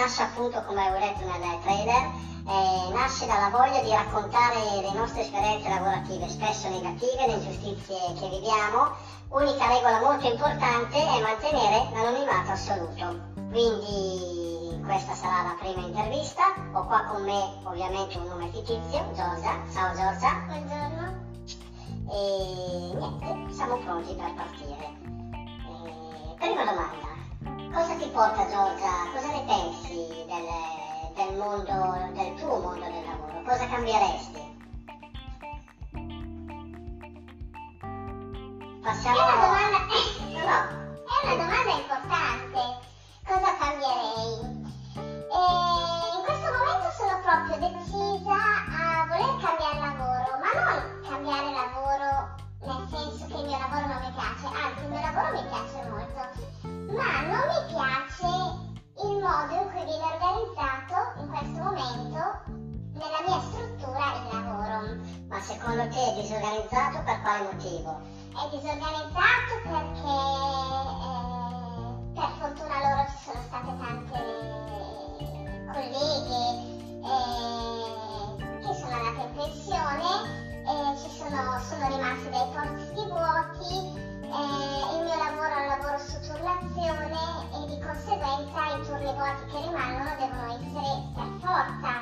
nasce appunto, come avevo detto nel trailer, nasce dalla voglia di raccontare le nostre esperienze lavorative, spesso negative, le ingiustizie che viviamo. Unica regola molto importante è mantenere l'anonimato assoluto. Quindi questa sarà la prima intervista. Ho qua con me ovviamente un nome fittizio, Giorgia. Ciao Giorgia. Buongiorno. E niente, siamo pronti per partire. Prima domanda, cosa ti porta Giorgia, cosa ne pensi del mondo, del tuo mondo del lavoro? Cosa cambieresti? Passiamo È una domanda, no. è una domanda importante. Cosa cambierei? In questo momento sono proprio decisa a voler cambiare lavoro, ma non cambiare lavoro nel senso che il mio lavoro non mi piace, anzi il mio lavoro mi piace molto, ma non mi piace il modo in cui viene organizzato in questo momento nella mia struttura il lavoro. Ma secondo te è disorganizzato per quale motivo? È disorganizzato perché per fortuna loro ci sono state tante colleghe che sono andate in pensione, sono rimasti dei posti vuoti, il mio lavoro è un lavoro su turnazione e di conseguenza i turni vuoti che rimangono devono essere per forza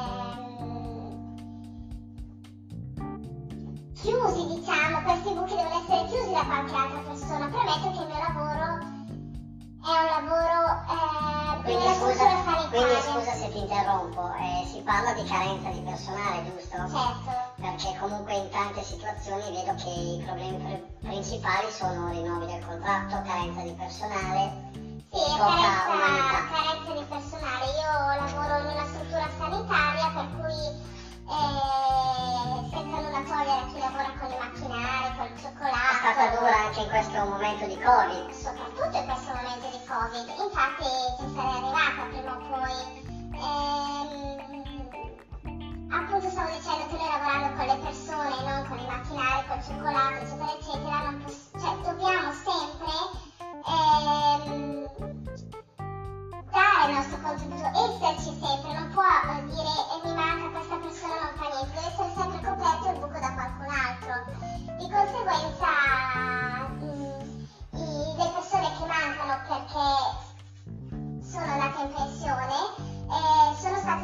chiusi, diciamo, questi buchi devono essere chiusi da qualche altra persona. Premetto che il mio lavoro è un lavoro in una struttura sanitaria. Quindi scusa se ti interrompo, si parla di carenza di personale, giusto? Certo. Perché comunque in tante situazioni vedo che i problemi principali sono rinnovi del contratto, carenza di personale, Sì, poca umanità. carenza di personale. Io lavoro in una struttura sanitaria per cui senza nulla togliere a chi lavora con i macchinari, col cioccolato. È stata dura anche in questo momento di Covid. Soprattutto in questo momento di Covid. Infatti ci sarei arrivata prima o poi. Appunto stavo dicendo che noi lavorando con le persone, non con i macchinari, col cioccolato, eccetera, eccetera, dobbiamo sempre dare il nostro contributo, esserci sempre, non può dire mi manca questa persona, non fa niente, deve essere sempre coperto il buco da qualcun altro. Di conseguenza le persone che mancano perché sono andate in pensione sono state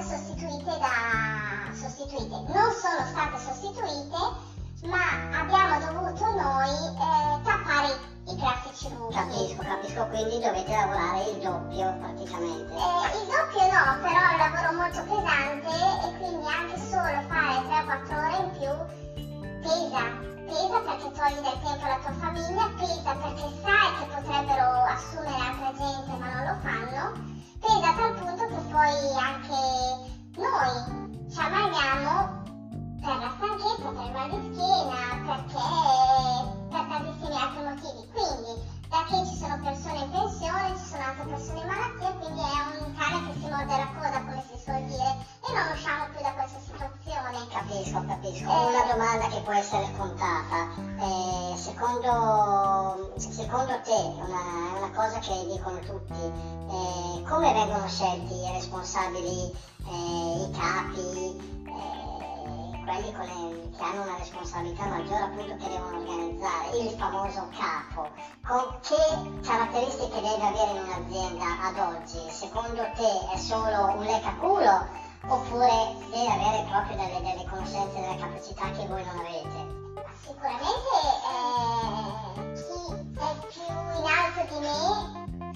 non sono state sostituite, ma abbiamo dovuto noi tappare i grafici buchi. Capisco, quindi dovete lavorare il doppio praticamente. Il doppio no, però è un lavoro molto pesante e quindi anche solo fare 3 o 4 ore in più pesa perché togli del tempo alla tua famiglia, pesa perché sai che potrebbero assumere altra gente ma non lo fanno, pesa a tal punto che poi anche noi ci ammaliamo per la stanchezza, per il mal di schiena, perché per tantissimi altri motivi. Quindi da che ci sono persone in pensione, ci sono altre persone in malattia, quindi è un cane che si morde la coda, come si suol dire, e non usciamo più da questa situazione. Capisco. Una domanda che può essere scontata. Secondo te, una cosa che dicono tutti, come vengono scelti i responsabili, i capi, quelli che hanno una responsabilità maggiore, appunto, che devono organizzare, il famoso capo? Con che caratteristiche deve avere in un'azienda ad oggi? Secondo te è solo un leccaculo oppure deve avere proprio delle conoscenze, delle capacità che voi non avete? Sicuramente chi è più in alto di me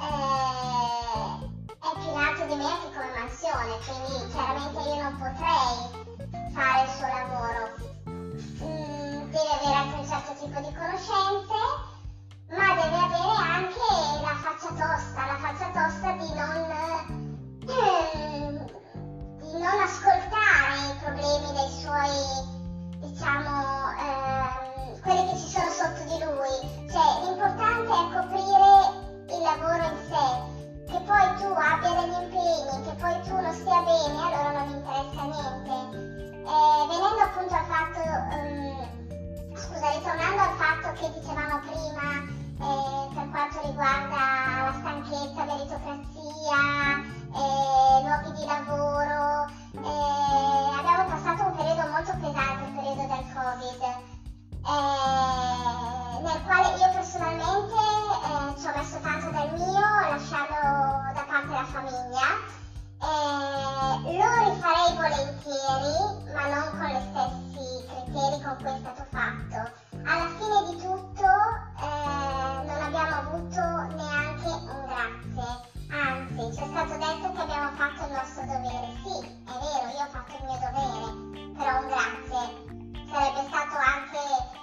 è più in alto di me anche come mansione, quindi chiaramente io non potrei fare il suo lavoro. Deve avere anche un certo tipo di conoscenze, ma deve avere anche la faccia tosta di non ascoltare i problemi dei suoi, diciamo, quelli che ci sono sotto di lui. Cioè l'importante è coprire il lavoro in sé. Che poi tu abbia degli impegni, che poi tu non stia bene, allora non mi interessa niente. Venendo appunto al fatto, ritornando al fatto che dicevamo prima per quanto riguarda la stanchezza, meritocrazia, luoghi di lavoro. Abbiamo passato un periodo molto pesante, il periodo del Covid, nel quale io personalmente ci ho messo tanto del mio, lasciando da parte la famiglia. Lo rifarei volentieri, ma non con gli stessi criteri con cui è stato fatto. Alla fine di tutto non abbiamo avuto neanche un grazie, anzi ci è stato detto che abbiamo fatto il nostro dovere. Sì, è vero, io ho fatto il mio dovere, però un grazie sarebbe stato anche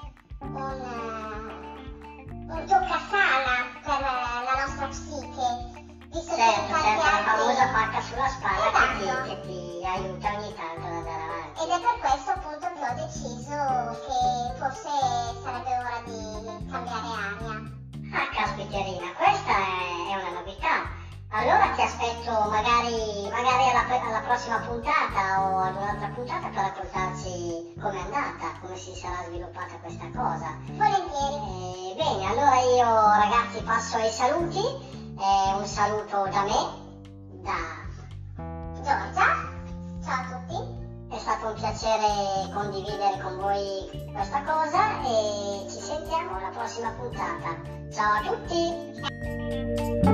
un toccasana per la nostra psiche, visto che in tanti la famosa altri... pacca sulla spalla Esatto. che ti aiuta ogni tanto ad andare avanti. Ed è per questo appunto che ho deciso che forse sarebbe ora di cambiare aria. Ah, caspiterina, questa è una novità. Allora ti aspetto magari alla prossima puntata o ad un'altra puntata per raccontarci com'è andata, come si sarà sviluppata questa cosa. Volentieri. Bene, allora io ragazzi passo ai saluti. Un saluto da me, da Giorgia, ciao a tutti. È stato un piacere condividere con voi questa cosa e ci sentiamo alla prossima puntata. Ciao a tutti!